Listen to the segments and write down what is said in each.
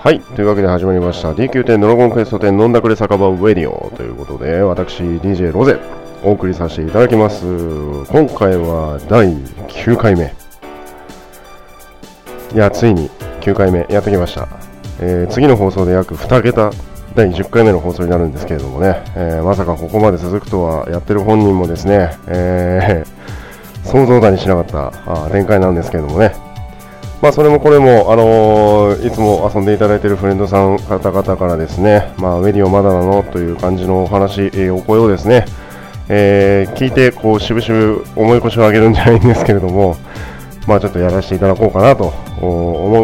はい、というわけで始まりました D9 ドラゴンクエスト10飲んだくれ酒場ウェディオということで、私 DJ ロゼお送りさせていただきます。今回は第9回目、いやついに9回目やってきました。次の放送で約2桁第10回目の放送になるんですけれどもね、まさかここまで続くとはやってる本人もですね、想像だにしなかった展開なんですけれどもね、それもこれも、いつも遊んでいただいているフレンドさん方々からですね、ウェディオまだなのという感じのお話、お声をですね、聞いてこうしぶしぶ重い腰を上げるんじゃないんですけれども、ちょっとやらせていただこうかなと思って、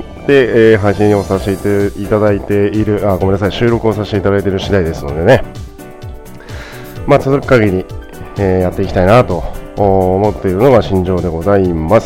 配信をさせていただいている、ごめんなさい、収録をさせていただいている次第ですのでね、続く限り、やっていきたいなと思っているのが心情でございます。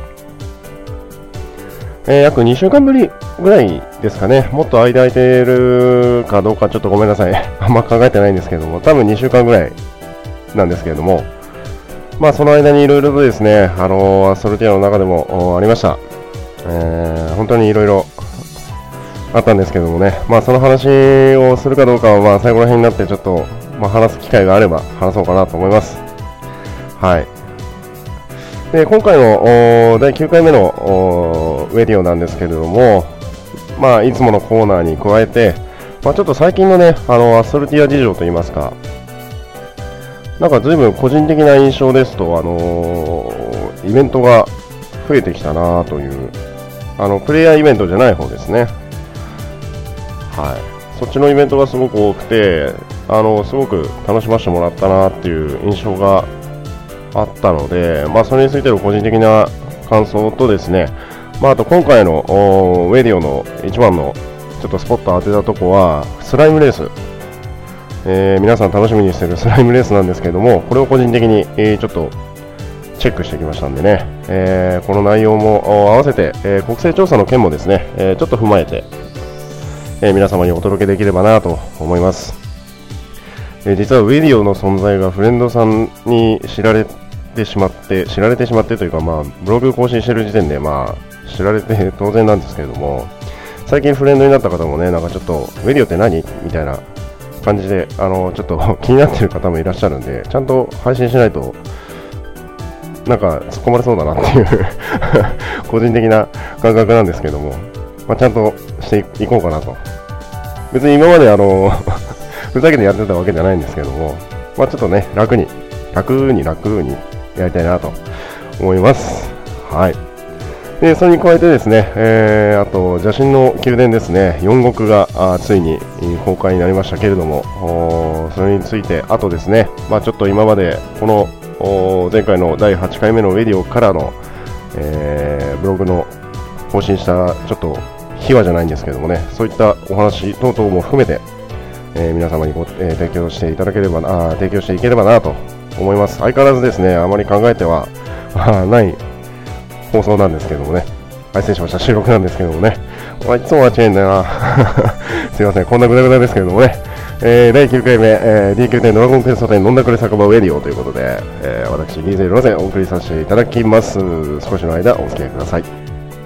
約2週間ぶりぐらいですかね。もっと間空いてるかどうかちょっとごめんなさいあんま考えてないんですけども、多分2週間ぐらいなんですけれども、その間にいろいろとですね、アストルティアの中でもありました。本当にいろいろあったんですけどもね、その話をするかどうかは最後ら辺になってちょっと、話す機会があれば話そうかなと思います。はい。で今回の第9回目のウェディオなんですけれども、いつものコーナーに加えて、ちょっと最近のね、アストルティア事情といいますか、なんか随分個人的な印象ですと、イベントが増えてきたなという、プレイヤーイベントじゃない方ですね。はい。そっちのイベントがすごく多くて、すごく楽しませてもらったなっていう印象があったので、それについての個人的な感想とですね、あと今回のウェディオの一番のちょっとスポット当てたとこはスライムレース、皆さん楽しみにしているスライムレースなんですけれども、これを個人的に、ちょっとチェックしてきましたんでね、この内容も合わせて、国勢調査の件もですね、ちょっと踏まえて、皆様にお届けできればなと思います。実はウェディオの存在がフレンドさんに知られてしまってというか、ブログ更新している時点で知られて当然なんですけれども、最近フレンドになった方もね、なんかちょっとウェディオって何みたいな感じでちょっと気になっている方もいらっしゃるんで、ちゃんと配信しないとなんか突っ込まれそうだなっていう個人的な感覚なんですけども、ちゃんとしていこうかなと。別に今までふざけてやってたわけじゃないんですけども、ちょっとね、楽にやりたいなと思います。はい。で、それに加えてですね、あと邪神の宮殿ですね、4国がついに公開になりましたけれども、それについてあとですね、ちょっと今までこの前回の第8回目のウェディオからの、ブログの更新したちょっと秘話じゃないんですけどもね、そういったお話等々も含めて、皆様に提供していければなと思います。相変わらずですね、あまり考えてはない放送なんですけどもね、失礼しました、収録なんですけどもね、いつも間違えんだよなすいません、こんなグダグダですけどもね、第9回目、D9 ドラゴンクエスト10飲んだくれ酒場ウェディオということで、私 DJ ロゼお送りさせていただきます。少しの間お付き合いください。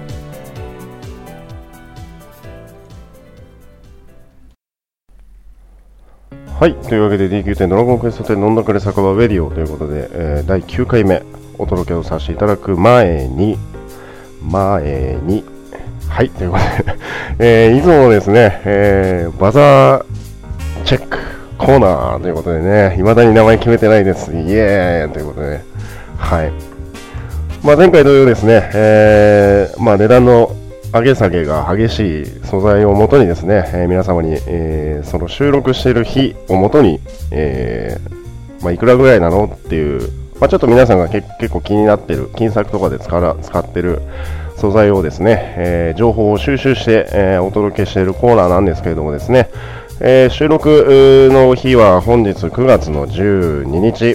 はい、というわけで D9 ドラゴンクエスト10飲んだくれ酒場ウェディオということで、第9回目お届けをさせていただく前にはい、ということで、いつものですね、バザーチェックコーナーということでね、未だに名前決めてないです。イエーイということでね、はい。前回同様ですね、値段の上げ下げが激しい素材をもとにですね、皆様に、その収録している日をもとに、いくらぐらいなのっていう、ちょっと皆さんが結構気になっている、金策とかで使っている素材をですね、情報を収集して、お届けしているコーナーなんですけれどもですね、収録の日は本日9月の12日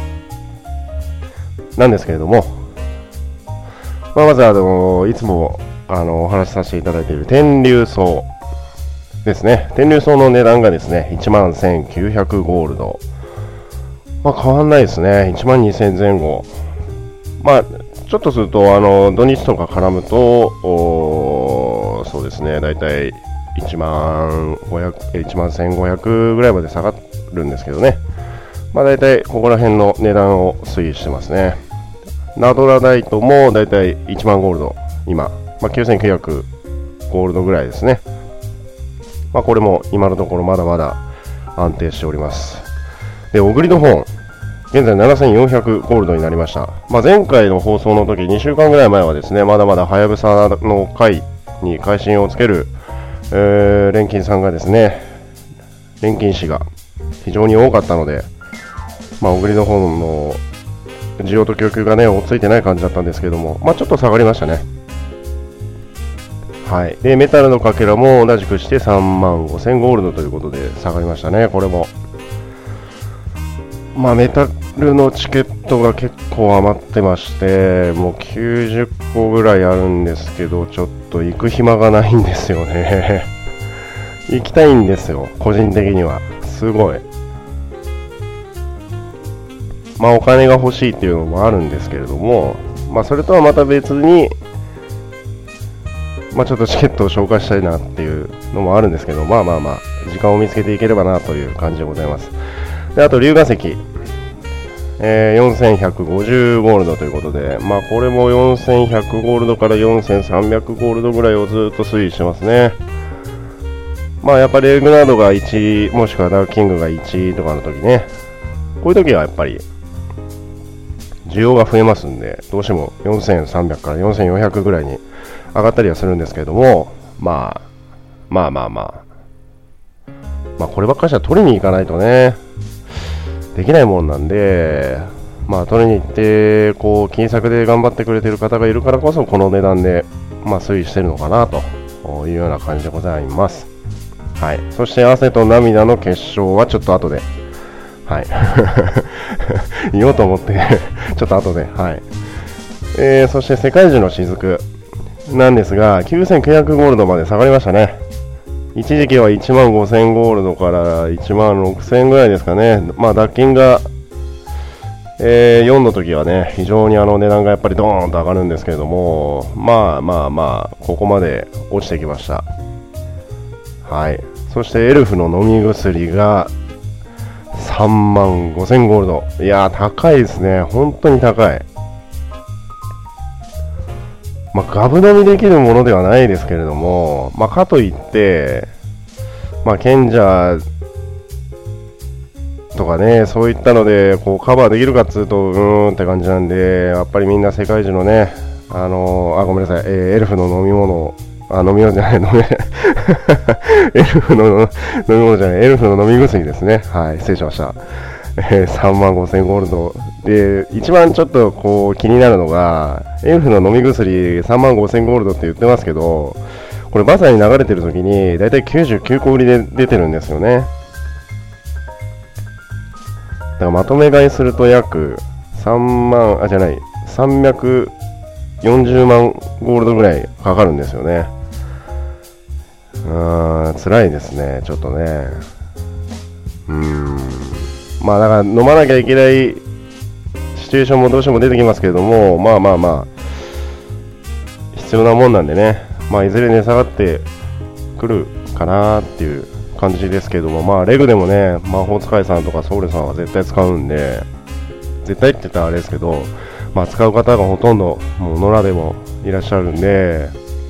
なんですけれども、まずいつもお話しさせていただいている天竜層ですね。天竜層の値段がですね、11,900ゴールド。変わんないですね。12,000前後。ちょっとすると土日とか絡むとそうですね、だいたい 1万1500ぐらいまで下がるんですけどね。まあ大体ここら辺の値段を推移してますね。ナドラダイトも大体1万ゴールド、今、9900ゴールドぐらいですね。これも今のところまだまだ安定しております。で、オグリドフォン、現在7400ゴールドになりました。前回の放送の時、2週間ぐらい前はですね、まだまだはやぶさの回に会心をつける、錬金さんがですね、錬金師が非常に多かったので、オグリドフォンの需要と供給がね、追いついてない感じだったんですけども、ちょっと下がりましたね。はい。で、メタルのかけらも同じくして3万5000ゴールドということで下がりましたね、これも。メタルのチケットが結構余ってまして、もう90個ぐらいあるんですけど、ちょっと行く暇がないんですよね。行きたいんですよ、個人的には。すごい。お金が欲しいっていうのもあるんですけれども、それとはまた別に、ちょっとチケットを紹介したいなっていうのもあるんですけど、時間を見つけていければなという感じでございます。で、あと、龍河石、4150ゴールドということで、これも4100ゴールドから4300ゴールドぐらいをずっと推移してますね。やっぱりレグナードが1、もしくはダークキングが1とかの時ね、こういう時はやっぱり、需要が増えますんで、どうしても4300から4400ぐらいに上がったりはするんですけれども、こればっかりは取りに行かないとね、できないもんなんで、取りに行って、金策で頑張ってくれてる方がいるからこそ、この値段で、推移してるのかなというような感じでございます。はい。そして、汗と涙の結晶はちょっと後で、はい。言おうと思って、ちょっと後で、はい。そして、世界樹の雫なんですが、9900ゴールドまで下がりましたね。一時期は1万5000ゴールドから1万6000ぐらいですかね。ダッキンが、4の時はね、非常に値段がやっぱりドーンと上がるんですけれども、ここまで落ちてきました。はい。そしてエルフの飲み薬が3万5000ゴールド。いやー、高いですね。本当に高い。ガブ飲みできるものではないですけれども、かといって、賢者とかね、そういったので、カバーできるかっつうと、って感じなんで、やっぱりみんな世界中のね、ごめんなさい、エルフの飲み物、飲み物じゃない、エルフの飲み物じゃない、エルフの飲み薬ですね。はい、失礼しました。3万5000ゴールドで、一番ちょっと気になるのが、エルフの飲み薬3万5000ゴールドって言ってますけど、これバザーに流れてる時にだいたい99個売りで出てるんですよね。だからまとめ買いすると約340万ゴールドぐらいかかるんですよね。辛いですね、ちょっとね。だから飲まなきゃいけないシチュエーションもどうしても出てきますけれども、必要なもんなんでね、いずれ値下がってくるかなっていう感じですけれども、レグでもね、魔法使いさんとかソウルさんは絶対使うんで、絶対って言ったらあれですけど、使う方がほとんどもう野良でもいらっしゃるんで、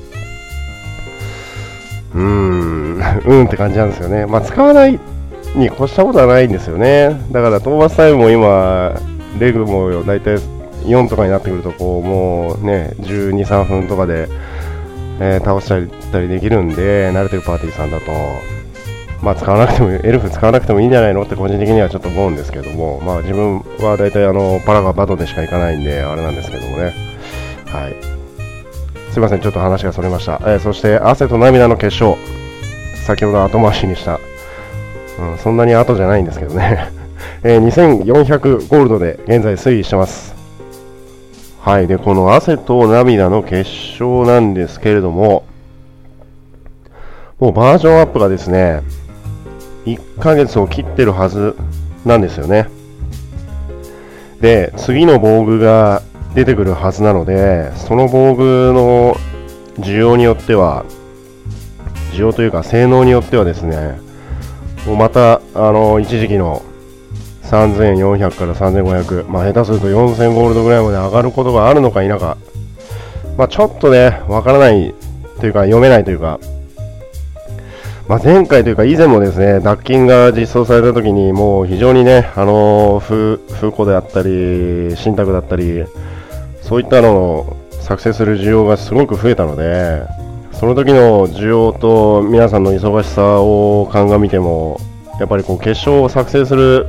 って感じなんですよね。使わないに越したことはないんですよね。だから討伐タイムも今レグもだいたい4とかになってくるともうね12、3分とかで、倒したりできるんで、慣れてるパーティーさんだと使わなくてもエルフ使わなくてもいいんじゃないのって個人的にはちょっと思うんですけども、自分はだいたいパラがバドでしか行かないんであれなんですけどもね。はい。すいません、ちょっと話がそれました。そして汗と涙の結晶、先ほど後回しにした。そんなに後じゃないんですけどね。2400ゴールドで現在推移してます。はい。で、この汗と涙の結晶なんですけれども、もうバージョンアップがですね、1ヶ月を切ってるはずなんですよね。で、次の防具が出てくるはずなので、その防具の需要によっては、 需要というか性能によってはですね、もうまた一時期の3400から3500、下手すると4000ゴールドぐらいまで上がることがあるのか否か、ちょっとねわからないというか読めないというか、前回というか以前もですね、脱菌が実装された時にもう非常にね、風庫であったり信託だったりそういったのを作成する需要がすごく増えたので、その時の需要と皆さんの忙しさを鑑みても、やっぱりこう結晶を作成する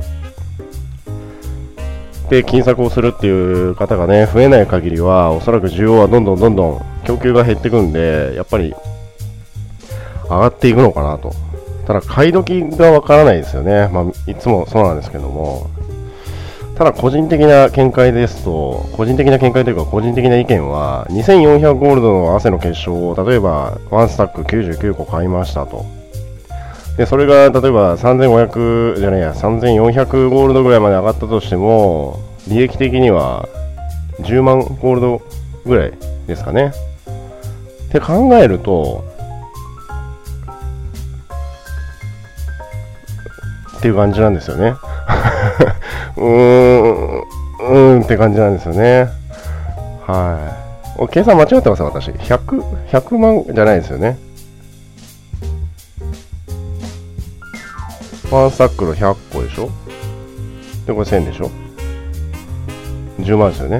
で金策をするっていう方がね増えない限りは、おそらく需要はどんどん供給が減っていくんで、やっぱり上がっていくのかなと。ただ買い時がわからないですよね。いつもそうなんですけども、ただ個人的な見解というか個人的な意見は、2400ゴールドの汗の結晶を例えば1スタック99個買いましたと。でそれが例えば3400ゴールドぐらいまで上がったとしても、利益的には10万ゴールドぐらいですかねって考えると、っていう感じなんですよねって感じなんですよね。はい。計算間違ってます私。100万じゃないですよね。ワンスタックの100個でしょ。でこれ1000でしょ。10万ですよね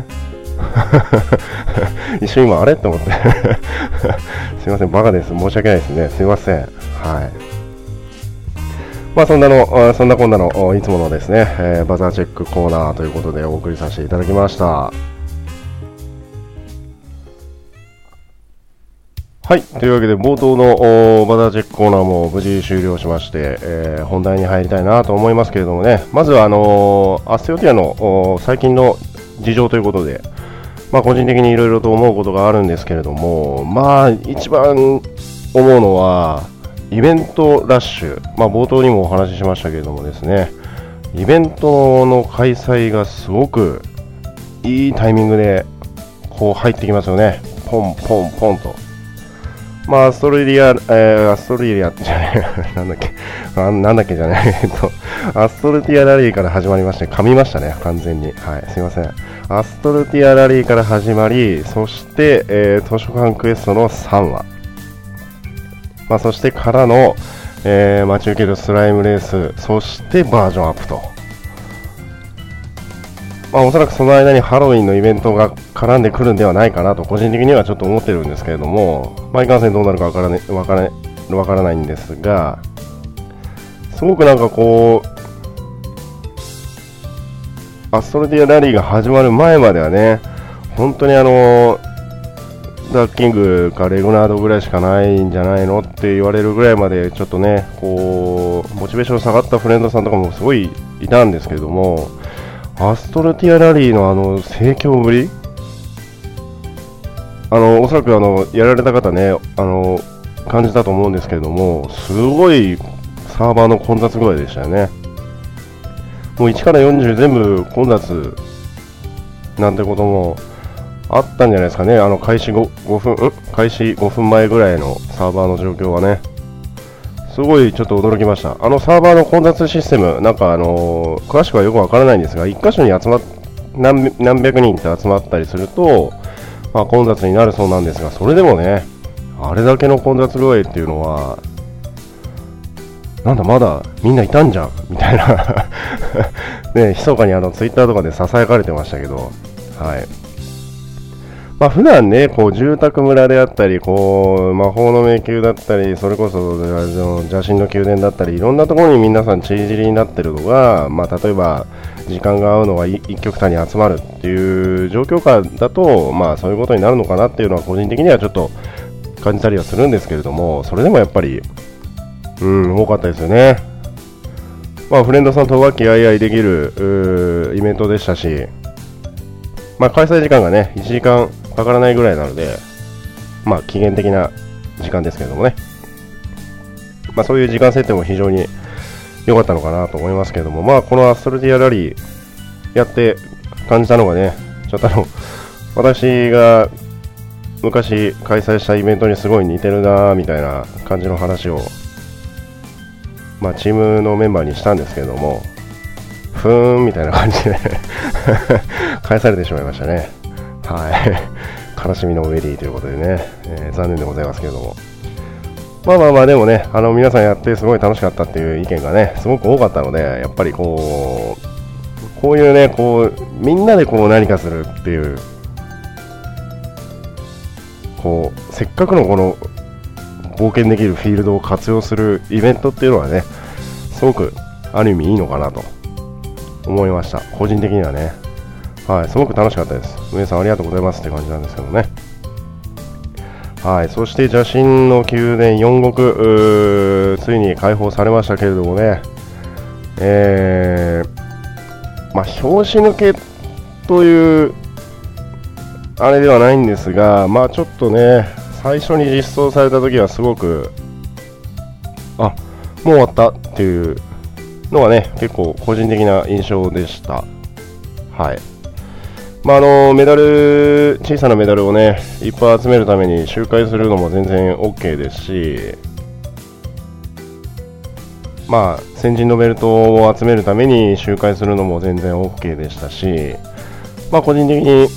一瞬今あれって思ってすいません、バカです、申し訳ないですね、すいません。はい。そんなこんなのいつものですね、バザーチェックコーナーということでお送りさせていただきました。はい、というわけで冒頭のバザーチェックコーナーも無事終了しまして、本題に入りたいなと思いますけれどもね、まずはアステオティアの最近の事情ということで、個人的にいろいろと思うことがあるんですけれども、一番思うのはイベントラッシュ、冒頭にもお話ししましたけれどもですね、イベントの開催がすごくいいタイミングでこう入ってきますよね。ポンポンポンと。アストルティアじゃねえなんだっけじゃないアストルティアラリーから始まりまして、噛みましたね完全に。はい、すいません。アストルティアラリーから始まり、そして、図書館クエストの3話、そしてからの、待ち受けるスライムレース、そしてバージョンアップと、おそらくその間にハロウィンのイベントが絡んでくるんではないかなと個人的にはちょっと思ってるんですけれども、いかんせんどうなるかわからないんですが、すごくなんかこうアストルティアラリーが始まる前まではね、本当にダークキングかレグナードぐらいしかないんじゃないのって言われるぐらいまでちょっとね、こうモチベーション下がったフレンドさんとかもすごいいたんですけれども、アストルティアラリーの盛況ぶり、おそらくやられた方ね、感じたと思うんですけれども、すごいサーバーの混雑具合でしたよね。もう1から40全部混雑なんてこともあったんじゃないですかね。開始5分前ぐらいのサーバーの状況はね、すごいちょっと驚きました。サーバーの混雑システム、なんか詳しくはよくわからないんですが、1箇所に何百人って集まったりすると、混雑になるそうなんですが、それでもね、あれだけの混雑具合っていうのは、なんだまだみんないたんじゃんみたいなね、密かにツイッターとかで囁かれてましたけど、はい。普段ね、こう住宅村であったり、こう魔法の迷宮だったり、それこそ邪神の宮殿だったり、いろんなところに皆さんちりぢりになってるのが、例えば時間が合うのが一極多に集まるっていう状況下だと、そういうことになるのかなっていうのは個人的にはちょっと感じたりはするんですけれども、それでもやっぱり多かったですよね。フレンドさんと和気あいあいできるイベントでしたし、開催時間がね1時間かからないぐらいなので、期限的な時間ですけれどもね、そういう時間設定も非常に良かったのかなと思いますけれども、このアストルティアラリーやって感じたのがね、ちょっと私が昔開催したイベントにすごい似てるなみたいな感じの話を、チームのメンバーにしたんですけれども、ふーんみたいな感じで返されてしまいましたね。はい。悲しみの上ディということでね、残念でございますけれども。でもね、皆さんやってすごい楽しかったっていう意見がね、すごく多かったので、やっぱりこういうね、みんなで何かするっていう、せっかくのこの冒険できるフィールドを活用するイベントっていうのはね、すごくある意味いいのかなと思いました。個人的にはね。はい、すごく楽しかったです。皆さんありがとうございますって感じなんですけどね。はい、そして邪神の宮殿4国、ついに開放されましたけれどもね、拍子抜けというあれではないんですが、ちょっとね、最初に実装された時はすごく、もう終わったっていうのがね、結構個人的な印象でした。はい。メダル、小さなメダルをね、いっぱい集めるために周回するのも全然 OK ですし、先人のベルトを集めるために周回するのも全然 OK でしたし、個人的に、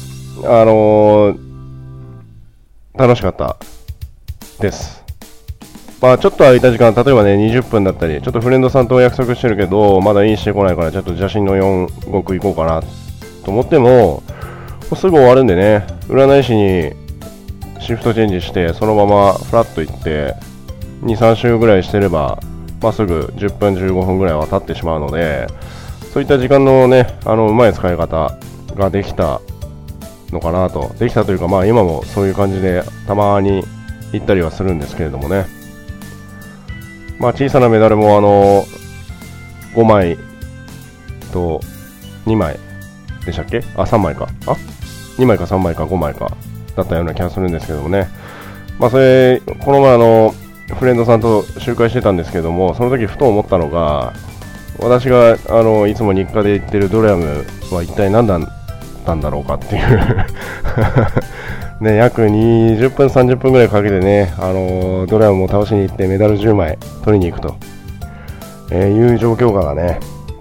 楽しかったです。ちょっと空いた時間、例えばね、20分だったり、ちょっとフレンドさんと約束してるけど、まだインしてこないから、ちょっと邪神の4国行こうかなと思っても、すぐ終わるんでね、占い師にシフトチェンジして、そのままフラッと行って、2、3周ぐらいしてれば、すぐ10分、15分ぐらいは経ってしまうので、そういった時間のね、うまい使い方ができたのかなと。できたというか、今もそういう感じで、たまに行ったりはするんですけれどもね。小さなメダルも5枚と2枚でしたっけ？3枚か。2枚か3枚か5枚かだったような気がするんですけどもね。それ、この前フレンドさんと周回してたんですけども、その時ふと思ったのが、私がいつも日課で言ってるドラムは一体何だったんだろうかっていうね、約20分30分ぐらいかけてね、ドラムを倒しに行ってメダル10枚取りに行くと、いう状況下がね、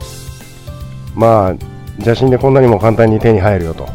邪神でこんなにも簡単に手に入るよと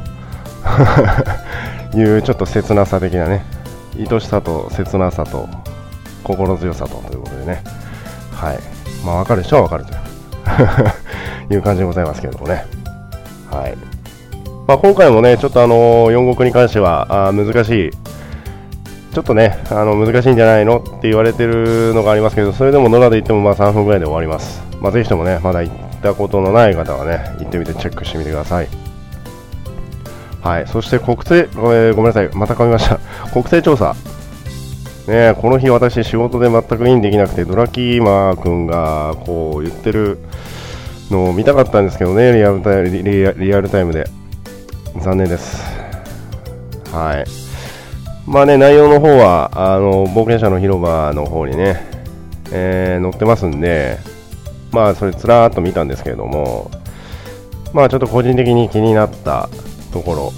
いうちょっと切なさ的なね、愛しさと切なさと心強さということでね、はい、分かる人は分かるという感じでございますけれどもね。はい。今回もね、ちょっと4国に関しては難しい、ちょっとね、難しいんじゃないのって言われてるのがありますけど、それでも野良で行っても3分ぐらいで終わります。ぜひともね、まだ行ったことのない方はね、行ってみてチェックしてみてください。はい、そしてごめんなさい、また噛みました。国勢調査。ね、この日私仕事で全くインできなくて、ドラキーマー君がこう言ってるのを見たかったんですけどね、リアルタイムで。残念です。はい。内容の方は冒険者の広場の方にね、載ってますんで、それつらーっと見たんですけれども、ちょっと個人的に気になったところ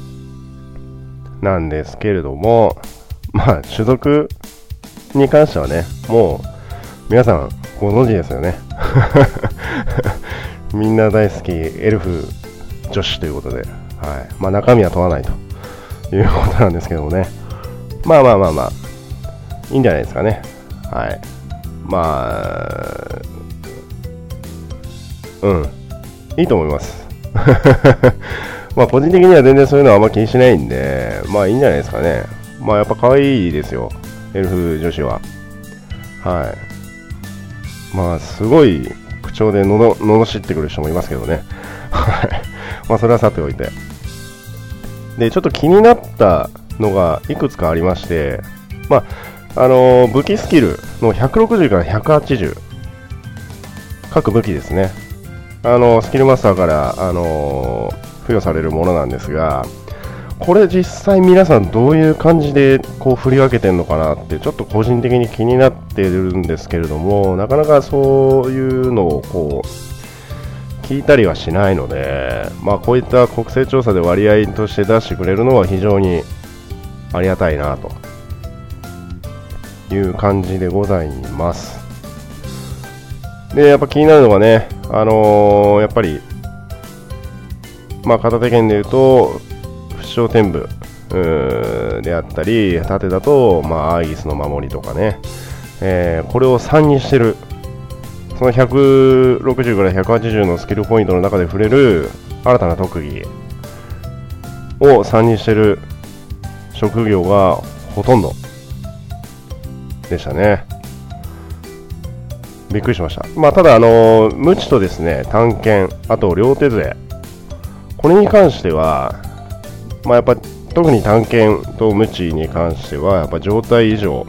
なんですけれども、種族に関してはね、もう皆さんご存知ですよね。みんな大好きエルフ女子ということで、はい。中身は問わないということなんですけどもね。いいんじゃないですかね。はい。いいと思います。個人的には全然そういうのはあんま気にしないんで、いいんじゃないですかね。やっぱ可愛いですよ、エルフ女子は。はい。すごい口調で罵ってくる人もいますけどね。はい。それはさておいて。で、ちょっと気になったのがいくつかありまして、武器スキルの160から180、各武器ですね。スキルマスターから、付与されるものなんですが、これ実際皆さんどういう感じで振り分けてるのかなってちょっと個人的に気になってるんですけれども、なかなかそういうのを聞いたりはしないので、こういった国勢調査で割合として出してくれるのは非常にありがたいなという感じでございます。で、やっぱ気になるのがね、やっぱり、まあ、片手剣でいうと、不死鳥天部であったり、盾だと、まあ、アーギスの守りとかね、これを3にしてる、その160から180のスキルポイントの中で触れる新たな特技を3にしてる職業がほとんどでしたね。びっくりしました。まあ、ただ、無知とですね、短剣、あと両手杖、これに関しては、まあ、やっぱ特に短剣と無知に関しては、やっぱ状態異常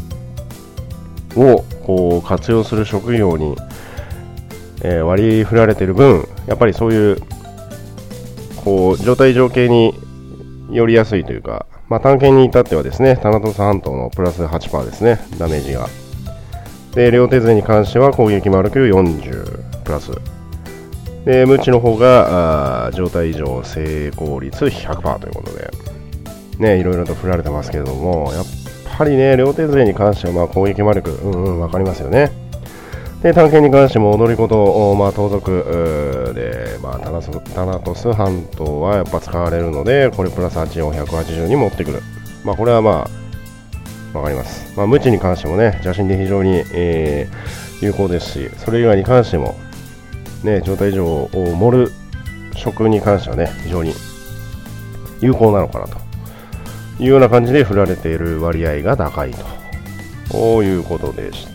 をこう活用する職業に、割り振られている分、やっぱりそういうこう状態異常系によりやすいというか、まあ、短剣に至ってはですね、タナトス半島のプラス 8% ですね、ダメージが。で、両手杖に関しては攻撃マルク40プラス。で、無知の方が状態異常成功率 100% ということで、ね、いろいろと振られてますけれども、やっぱりね、両手杖に関してはまあ攻撃マルク、わかりますよね。で、短剣に関しても踊り子と、まあ、盗賊で、まあ、タナトス半島はやっぱ使われるので、これプラス8を180に持ってくる。まあ、これはまあ、わかります。まあ、無知に関してもね、邪神で非常に、有効ですし、それ以外に関しても、ね、状態異常を盛る職に関してはね、非常に有効なのかなというような感じで振られている割合が高いということでした。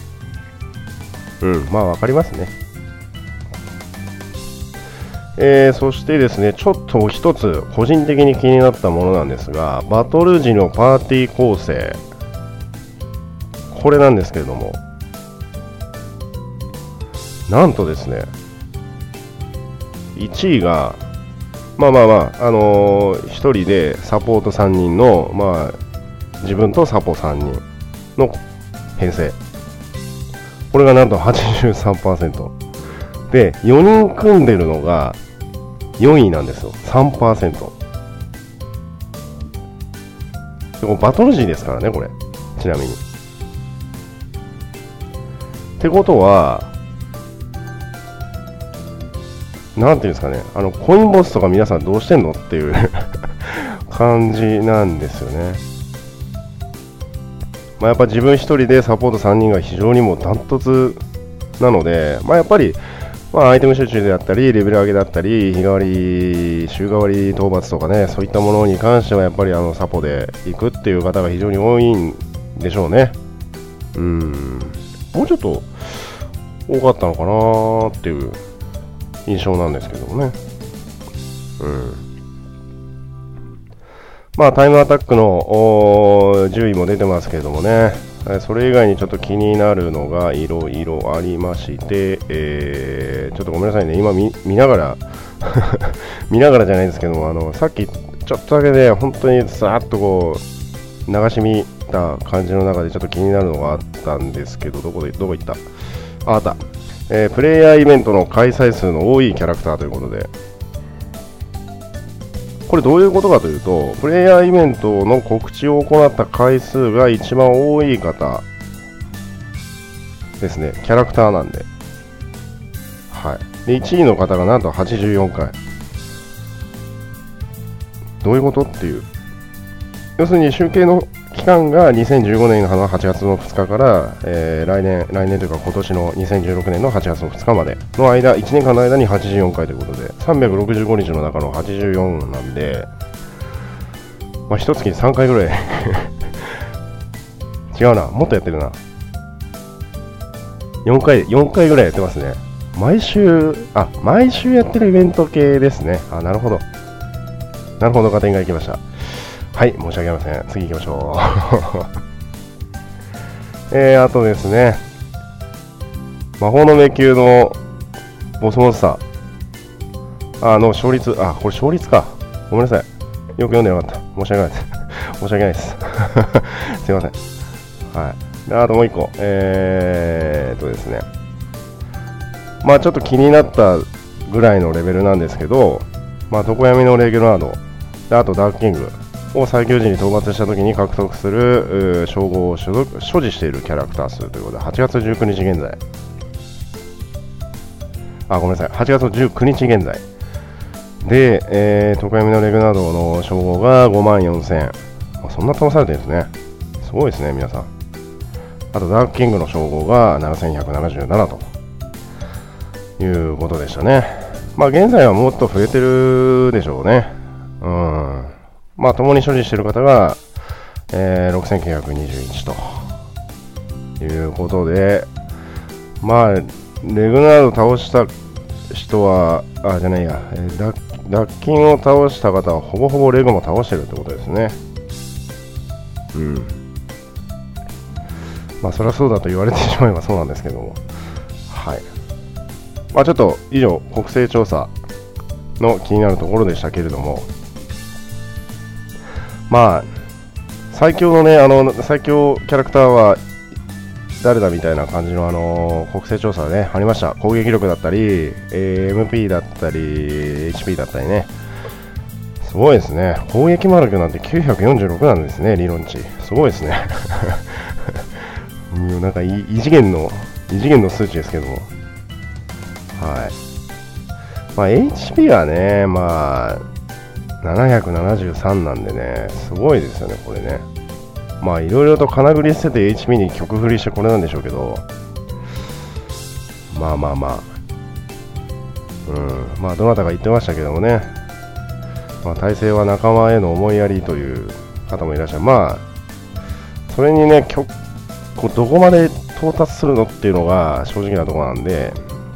まあわかりますね。そしてですね、ちょっと一つ個人的に気になったものなんですが、バトル時のパーティー構成、これなんですけれども、なんとですね、1位が、1人でサポート3人の、まあ、自分とサポ3人の編成。これがなんと 83% で、4人組んでるのが4位なんですよ。 3%。 でこれバトル時ですからね、これちなみに。ってことはなんていうんですかね、コインボスとか皆さんどうしてんのっていう感じなんですよね。まあ、やっぱ自分一人でサポート3人が非常にもうダントツなので、まあ、やっぱり、まあ、アイテム集中であったりレベル上げだったり日替わり週替わり討伐とかね、そういったものに関してはやっぱりサポで行くっていう方が非常に多いんでしょうね。もうちょっと多かったのかなっていう印象なんですけどもね。まあ、タイムアタックの順位も出てますけれどもね、それ以外にちょっと気になるのがいろいろありまして、ちょっとごめんなさいね、今見ながら見ながらじゃないですけども、さっきちょっとだけで、本当にさーっとこう流し見た感じの中でちょっと気になるのがあったんですけど、どこ行った？あった。プレイヤーイベントの開催数の多いキャラクターということで、これどういうことかというと、プレイヤーイベントの告知を行った回数が一番多い方ですね、キャラクターなんで。はい。で、1位の方がなんと84回。どういうことっていう。要するに集計の期間が2015年の8月の2日から、来年というか今年の2016年の8月の2日までの間、1年間の間に84回ということで、365日の中の84なんで、まあ、1月に3回ぐらい違うな、もっとやってるな。4回ぐらいやってますね。毎週やってるイベント系ですね。なるほど。加点がいきました。はい、申し訳ありません。次行きましょう。あとですね、魔法の迷宮のボスモンスターの勝率、これ勝率か。ごめんなさい。よく読んでなかった。申し訳ないです。申し訳ないです。すいません。はい。であともう一個。ですね。まあちょっと気になったぐらいのレベルなんですけど、まあ常闇のレギュラード、であとダークキング。 を最強時に討伐した時に獲得する称号を所持しているキャラクター数ということで、8月19日現在、ごめんなさい、8月19日現在で、トカヤミのレグナードの称号が54000、そんな飛ばされてるんですね。すごいですね、皆さん。あと、ダークキングの称号が7177ということでしたね。現在はもっと増えてるでしょうね。共に所持している方が、6921ということで、レグナード倒した人は、ダッキンを倒した方はほぼほぼレグも倒してるってことですね。そりゃそうだと言われてしまえばそうなんですけども。はい。ちょっと以上、国勢調査の気になるところでしたけれども、最強のね、最強キャラクターは誰だみたいな感じの国勢調査でね、ありました。攻撃力だったり、MP だったり、HP だったりね。すごいですね。攻撃魔力なんて946なんですね、理論値。すごいですね。なんか異次元の数値ですけども。はい。HP はね、773なんでね、すごいですよね、これね。いろいろと金繰り捨てて HP に曲振りしてこれなんでしょうけど、どなたが言ってましたけどもね、体制は仲間への思いやりという方もいらっしゃる。それにね、どこまで到達するのっていうのが正直なところなんで、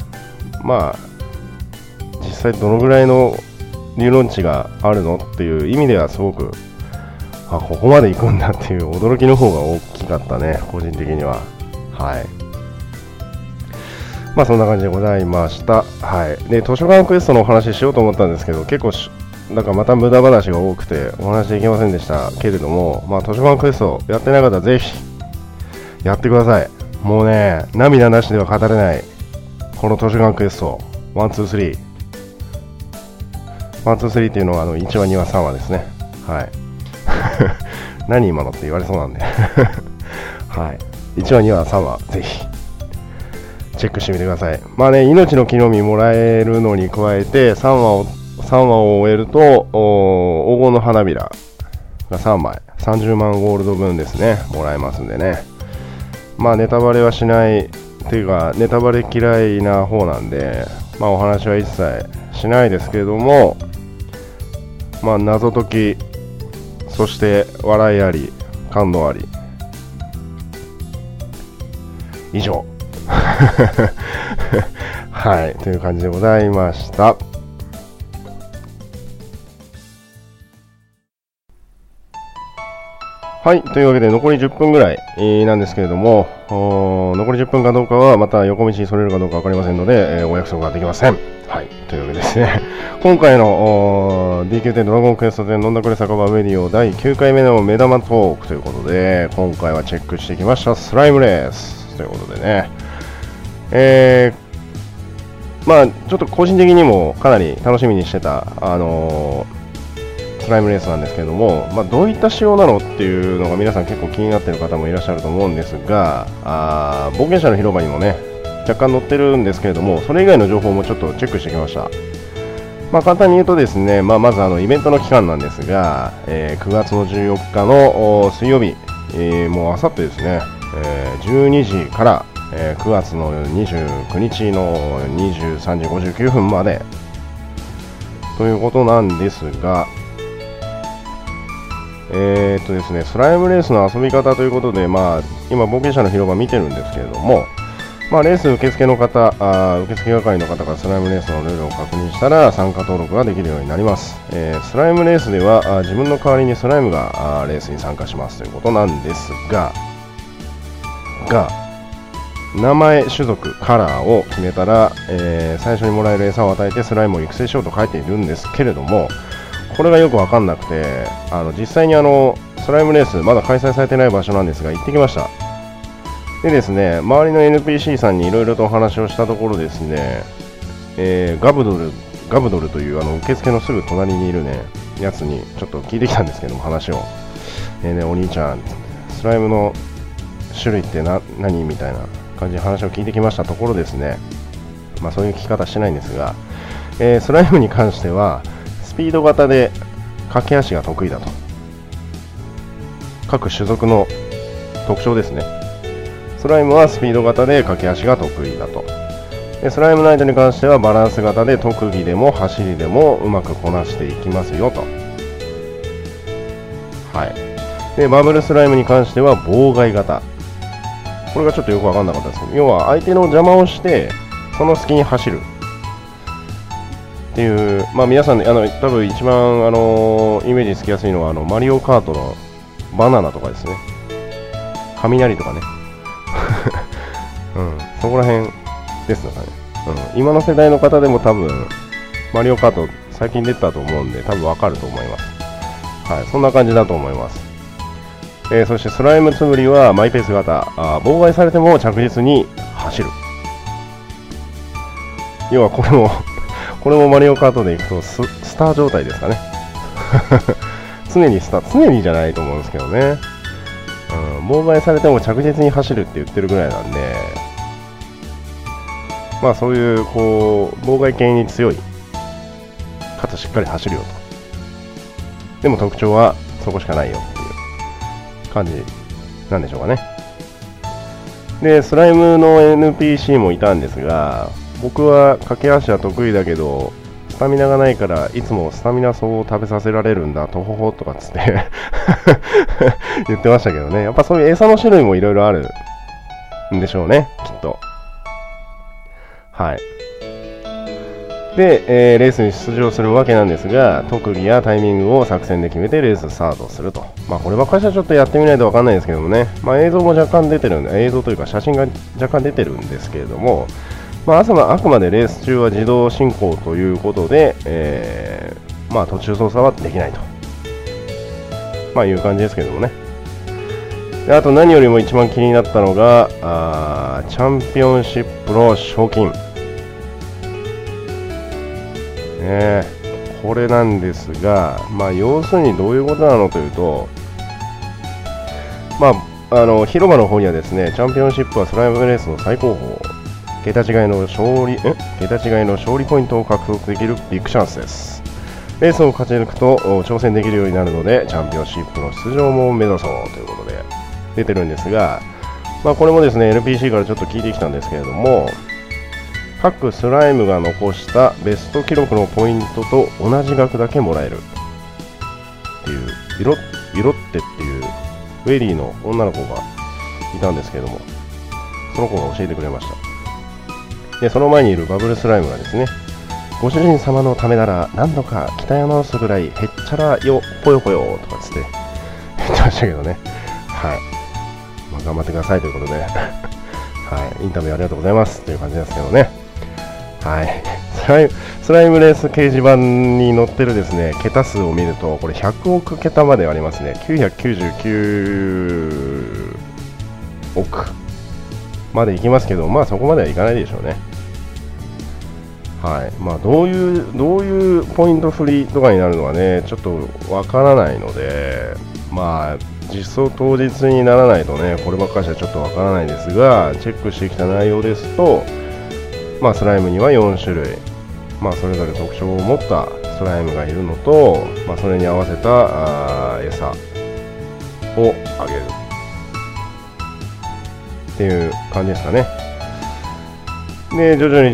実際どのぐらいの理論値があるのっていう意味ではすごく、ここまで行くんだっていう驚きの方が大きかったね、個人的には。はい。そんな感じでございました。はい。で、図書館クエストのお話ししようと思ったんですけど、結構なんかまた無駄話が多くてお話できませんでしたけれども、図書館クエストやってない方はぜひやってください。もうね、涙なしでは語れないこの図書館クエスト1、2、3 1、2、3っていうのは1話、2話、3話ですね。はい。何今のって言われそうなんで。はい。1話、2話、3話、ぜひチェックしてみてください。命の木の実もらえるのに加えて3話を終えると黄金の花びらが3枚30万ゴールド分ですね、もらえますんでね。ネタバレはしないっていうか、ネタバレ嫌いな方なんで、お話は一切しないですけれども、謎解き、そして笑いあり、感動あり、以上。はい、という感じでございました。はい、というわけで残り10分ぐらいなんですけれども、残り10分かどうかはまた横道にそれるかどうか分かりませんので、お約束ができません。はい、というわけでですね、今回のDQ10 ドラゴンクエスト10飲んだくれ酒場メディオ第9回目の目玉トークということで、今回はチェックしてきましたスライムレースということでね、ちょっと個人的にもかなり楽しみにしてた、スライムレースなんですけれども、どういった仕様なのっていうのが皆さん結構気になっている方もいらっしゃると思うんですが、冒険者の広場にもね若干載ってるんですけれども、それ以外の情報もちょっとチェックしてきました。簡単に言うとですね、まずイベントの期間なんですが、9月の14日の水曜日、もうあさってですね、12時から、9月の29日の23時59分までということなんですが、ですね、スライムレースの遊び方ということで、今冒険者の広場見てるんですけれども、レース受付の方、受付係の方がスライムレースのルールを確認したら参加登録ができるようになります。スライムレースでは自分の代わりにスライムがレースに参加しますということなんですが、名前、種族、カラーを決めたら、最初にもらえる餌を与えてスライムを育成しようと書いているんですけれども、これがよく分かんなくて、実際にスライムレースまだ開催されてない場所なんですが行ってきました。でですね、周りの NPC さんにいろいろとお話をしたところですね、ガブドルという受付のすぐ隣にいるねやつにちょっと聞いてきたんですけども、話を。ねお兄ちゃん、スライムの種類って何みたいな感じで話を聞いてきましたところですね、そういう聞き方してないんですが、スライムに関してはスピード型で駆け足が得意だと。各種族の特徴ですね。スライムはスピード型で駆け足が得意だと。でスライムナイトに関してはバランス型で特技でも走りでもうまくこなしていきますよと。はい。でバブルスライムに関しては妨害型。これがちょっとよく分かんなかったですけど、要は相手の邪魔をしてその隙に走るっていう、皆さん、多分一番、イメージつきやすいのはマリオカートのバナナとかですね。雷とかね。そこら辺ですのかね。今の世代の方でも多分、マリオカート最近出たと思うんで、多分わかると思います。はい、そんな感じだと思います。そしてスライムつむりはマイペース型。妨害されても着実に走る。要はこれもマリオカートでいくとスター状態ですかね。常にじゃないと思うんですけどね。妨害されても着実に走るって言ってるぐらいなんで、そういう妨害系に強いかつしっかり走るよと。でも特徴はそこしかないよっていう感じなんでしょうかね。でスライムの NPC もいたんですが、僕は駆け足は得意だけどスタミナがないからいつもスタミナ草を食べさせられるんだとほほとかつって言ってましたけどね。やっぱそういう餌の種類もいろいろあるんでしょうね、きっと。はい。で、レースに出場するわけなんですが、特技やタイミングを作戦で決めてレーススタートすると。こればっかりはちょっとやってみないと分かんないですけどもね。映像も若干出てるんで、映像というか写真が若干出てるんですけれども、あくまでレース中は自動進行ということで、途中操作はできないと、いう感じですけどもね。であと何よりも一番気になったのがチャンピオンシップの賞金、これなんですが、要するにどういうことなのというと、広場の方にはですね、チャンピオンシップはスライムレースの最高峰、桁違いの勝利ポイントを獲得できるビッグチャンスです。レースを勝ち抜くと挑戦できるようになるので、チャンピオンシップの出場も目指そうということで出てるんですが、これもですね NPC からちょっと聞いてきたんですけれども、各スライムが残したベスト記録のポイントと同じ額だけもらえるっていう、イロってっていうウェリーの女の子がいたんですけれども、その子が教えてくれました。でその前にいるバブルスライムがですね、ご主人様のためなら何度か北山すぐらいへっちゃらよぽよぽよとかつって言ってましたけどね。はい、頑張ってくださいということではい、インタビューありがとうございますという感じですけどね。はい、スライムレース掲示板に載ってるですね桁数を見ると、これ100億桁までありますね。999億までいきますけど、そこまではいかないでしょうね。はい、どういうポイント振りとかになるのはね、ちょっとわからないので、実装当日にならないとね、こればっかりはちょっとわからないですが、チェックしてきた内容ですと、スライムには4種類、それぞれ特徴を持ったスライムがいるのと、それに合わせた餌をあげるっていう感じですかね。で徐々に、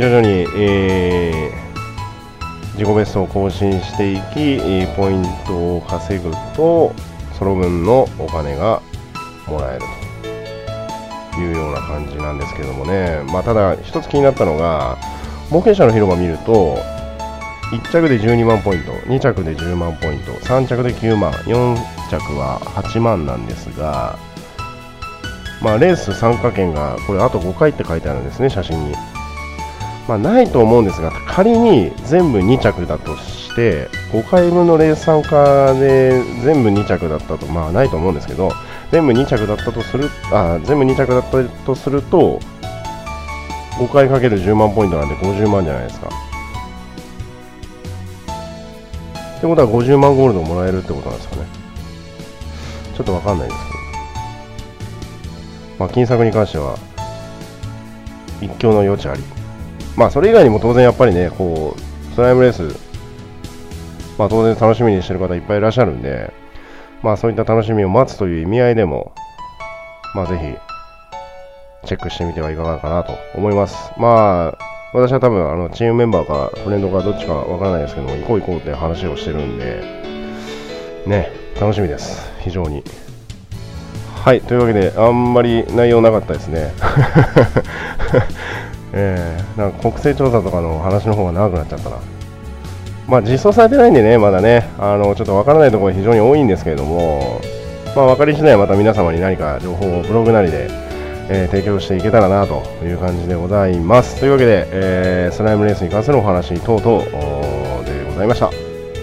自己ベストを更新していき、ポイントを稼ぐとその分のお金がもらえるというような感じなんですけどもね。ただ一つ気になったのが、冒険者の広場見ると1着で12万ポイント、2着で10万ポイント、3着で9万、4着は8万なんですが、レース参加券がこれあと5回って書いてあるんですね、写真に。ないと思うんですが、仮に全部2着だとして5回分のレース参加で全部2着だったと、ないと思うんですけど、全部2着だったとすると5回かける10万ポイントなんで50万じゃないですか。 ってことは50万ゴールドもらえるってことなんですかね。ちょっとわかんないですけど。まあ、金策に関しては、一興の余地あり。まあ、それ以外にも当然やっぱりね、こう、スライムレース、まあ、当然楽しみにしてる方いっぱいいらっしゃるんで、まあ、そういった楽しみを待つという意味合いでも、まあ、ぜひ、チェックしてみてはいかがかなと思います。まあ、私は多分、チームメンバーか、フレンドかどっちかわからないですけども、行こう行こうって話をしてるんで、ね、楽しみです。非常に。はい、というわけで、あんまり内容なかったですね。なんか国勢調査とかの話の方が長くなっちゃったな。まあ、実装されてないんでね、まだね、ちょっとわからないところが非常に多いんですけれども、まあ、分かり次第また皆様に何か情報をブログなりで、提供していけたらなという感じでございます。というわけで、スライムレースに関するお話等々でございました。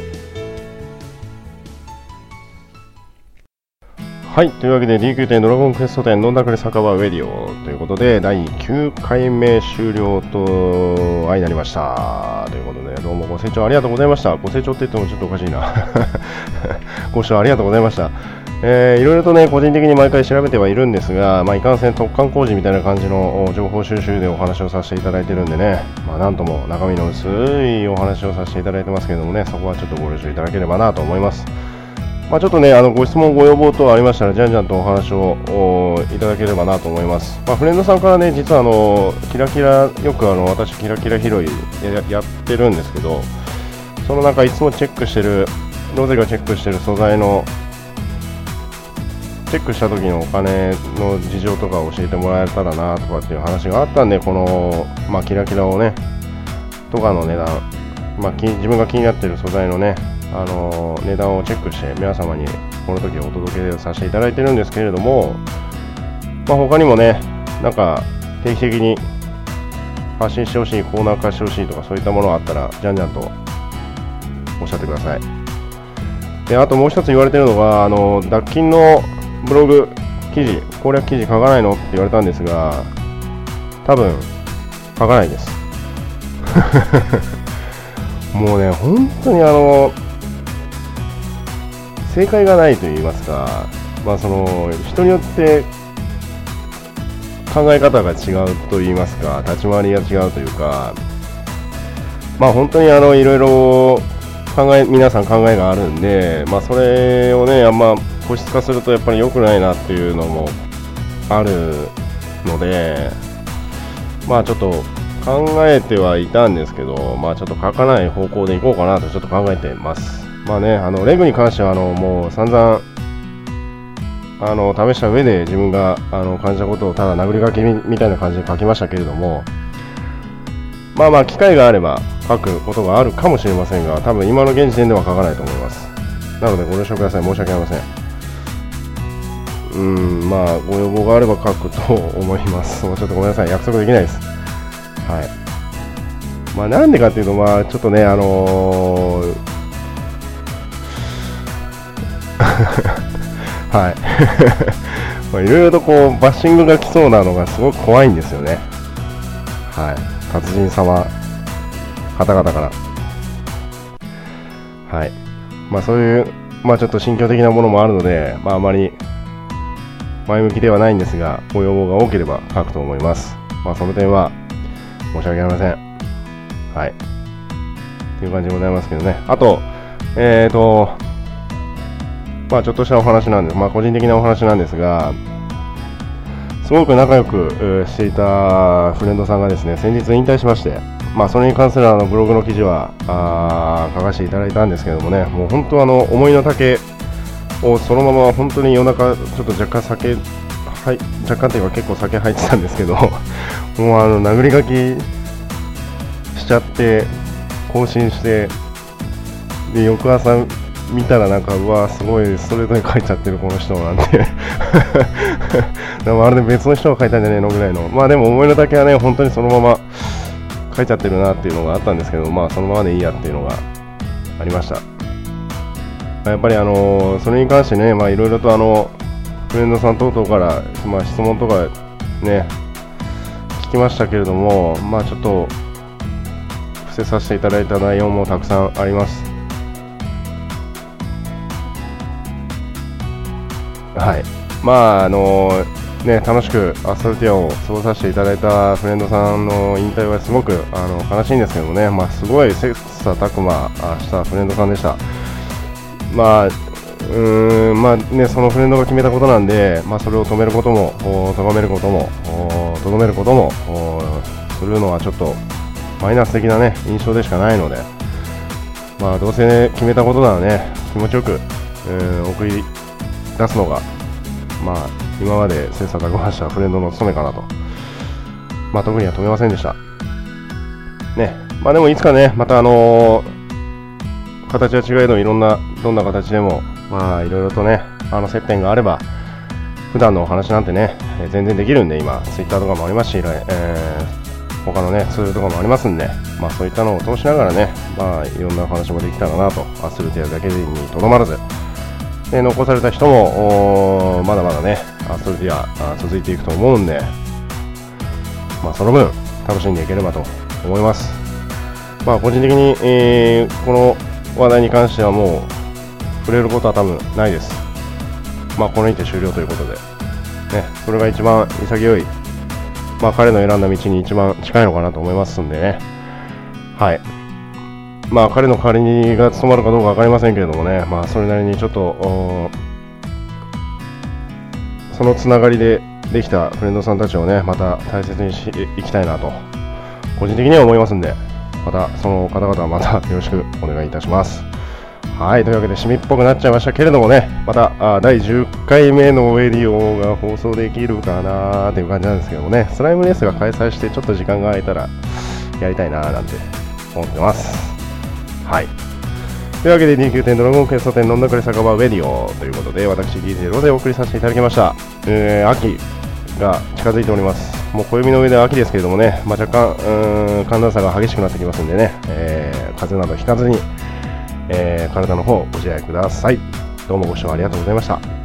はい、というわけで DQ 店ドラゴンクエスト店飲んだくれ酒場ウェディオということで第9回目終了となりましたということで、どうもご清聴ありがとうございました。ご清聴って言ってもちょっとおかしいなご視聴ありがとうございました。いろいろとね個人的に毎回調べてはいるんですが、まあ、いかんせん突貫工事みたいな感じの情報収集でお話をさせていただいてるんでね、まあ、なんとも中身の薄いお話をさせていただいてますけどもね、そこはちょっとご了承いただければなと思います。まあ、ちょっとね、ご質問、ご要望等ありましたら、じゃんじゃんとお話をいただければなと思います。まあ、フレンドさんからね、実はキラキラ、よく私、キラキラ拾い やってるんですけど、その中、いつもチェックしてる、ロゼがチェックしてる素材の、チェックした時のお金の事情とかを教えてもらえたらなとかっていう話があったんで、この、まあ、キラキラをね、とかの値段、まあ、自分が気になってる素材のね、値段をチェックして皆様にこの時お届けさせていただいてるんですけれども、まあ、他にもね、なんか定期的に発信してほしい、コーナー化してほしいとかそういったものがあったらじゃんじゃんとおっしゃってください。で、あともう一つ言われてるのが、脱菌のブログ記事、攻略記事書かないのって言われたんですが、多分書かないですもうね、本当に正解がないと言いますか、まあ、人によって考え方が違うと言いますか、立ち回りが違うというか、まあ、本当にいろいろ皆さん考えがあるんで、まあ、それをね、あんま固執化するとやっぱり良くないなっていうのもあるので、まあちょっと考えてはいたんですけど、まあちょっと書かない方向でいこうかなとちょっと考えてます。まあね、レグに関してはもう散々試した上で自分が感じたことをただ殴り書きみたいな感じで書きましたけれども、まあまあ機会があれば書くことがあるかもしれませんが、多分今の現時点では書かないと思います。なのでご了承ください。申し訳ありません。まあご要望があれば書くと思います。もうちょっとごめんなさい、約束できないです。はい。まあなんでかっていうと、まあちょっとねはいいろいろとこうバッシングが来そうなのがすごく怖いんですよね。はい、達人様方々から、はい、まあそういうまあちょっと心境的なものもあるので、まああまり前向きではないんですが、ご要望が多ければ書くと思います。まあその点は申し訳ありません。はい、という感じでございますけどね。あとまあちょっとしたお話なんです、まあ個人的なお話なんですが、すごく仲良くしていたフレンドさんがですね、先日引退しまして、まあそれに関するブログの記事は書かせていただいたんですけどもね、もう本当思いの丈をそのまま本当に夜中ちょっと若干若干というか結構酒入ってたんですけどもう殴り書きしちゃって更新してで翌朝見たらなんかうわすごいストレートに書いちゃってるこの人なんてでもあれで別の人が書いたんじゃねえのぐらいの、まあでも思いの丈はね本当にそのまま書いちゃってるなっていうのがあったんですけど、まあそのままでいいやっていうのがありました。やっぱりそれに関してね、まあいろいろとフレンドさん等々から、まあ、質問とかね聞きましたけれども、まあちょっと伏せさせていただいた内容もたくさんあります。 はい。楽しくアストルティアを過ごさせていただいたフレンドさんの引退はすごく悲しいんですけどもね、すごい切磋琢磨したフレンドさんでした。そのフレンドが決めたことなんで、それを止めることも、咎めることも、とどめることもするのはちょっとマイナス的なね印象でしかないので、どうせ、ね、決めたことならね、気持ちよく、送り出すのが、今まで切磋琢磨したフレンドの務めかなと。特には止めませんでした。ね、でもいつかね、また形は違えど、どんな形でも、いろいろとね、接点があれば、普段のお話なんてね、全然できるんで、今、ツイッターとかもありますし、他のね、ツールとかもありますんで、そういったのを通しながらね、いろんなお話もできたらなと、アストルティアだけにとどまらず、で残された人もまだまだねアストルティア続いていくと思うんで、その分楽しんでいければと思います。個人的に、この話題に関してはもう触れることは多分ないです。これにて終了ということで、ね、それが一番潔い、彼の選んだ道に一番近いのかなと思いますんでね。はい。彼の代わりにが務まるかどうか分かりませんけれどもね、それなりにちょっとそのつながりでできたフレンドさんたちをね、また大切にしていきたいなと個人的には思いますんで、またその方々はまたよろしくお願いいたします。はい、というわけで締めっぽくなっちゃいましたけれどもね、また第10回目のウェディオが放送できるかなという感じなんですけどもね、スライムレースが開催してちょっと時間が空いたらやりたいななんて思ってます。はい。というわけで D9 点ドラゴンクエスト10飲んだくれ酒場ウェディオということで、私 D0 でお送りさせていただきました。秋が近づいております。もう暦の上では秋ですけれどもね、若干寒暖差が激しくなってきますんでね、風邪などひかずに、体の方ご自愛ください。どうもご視聴ありがとうございました。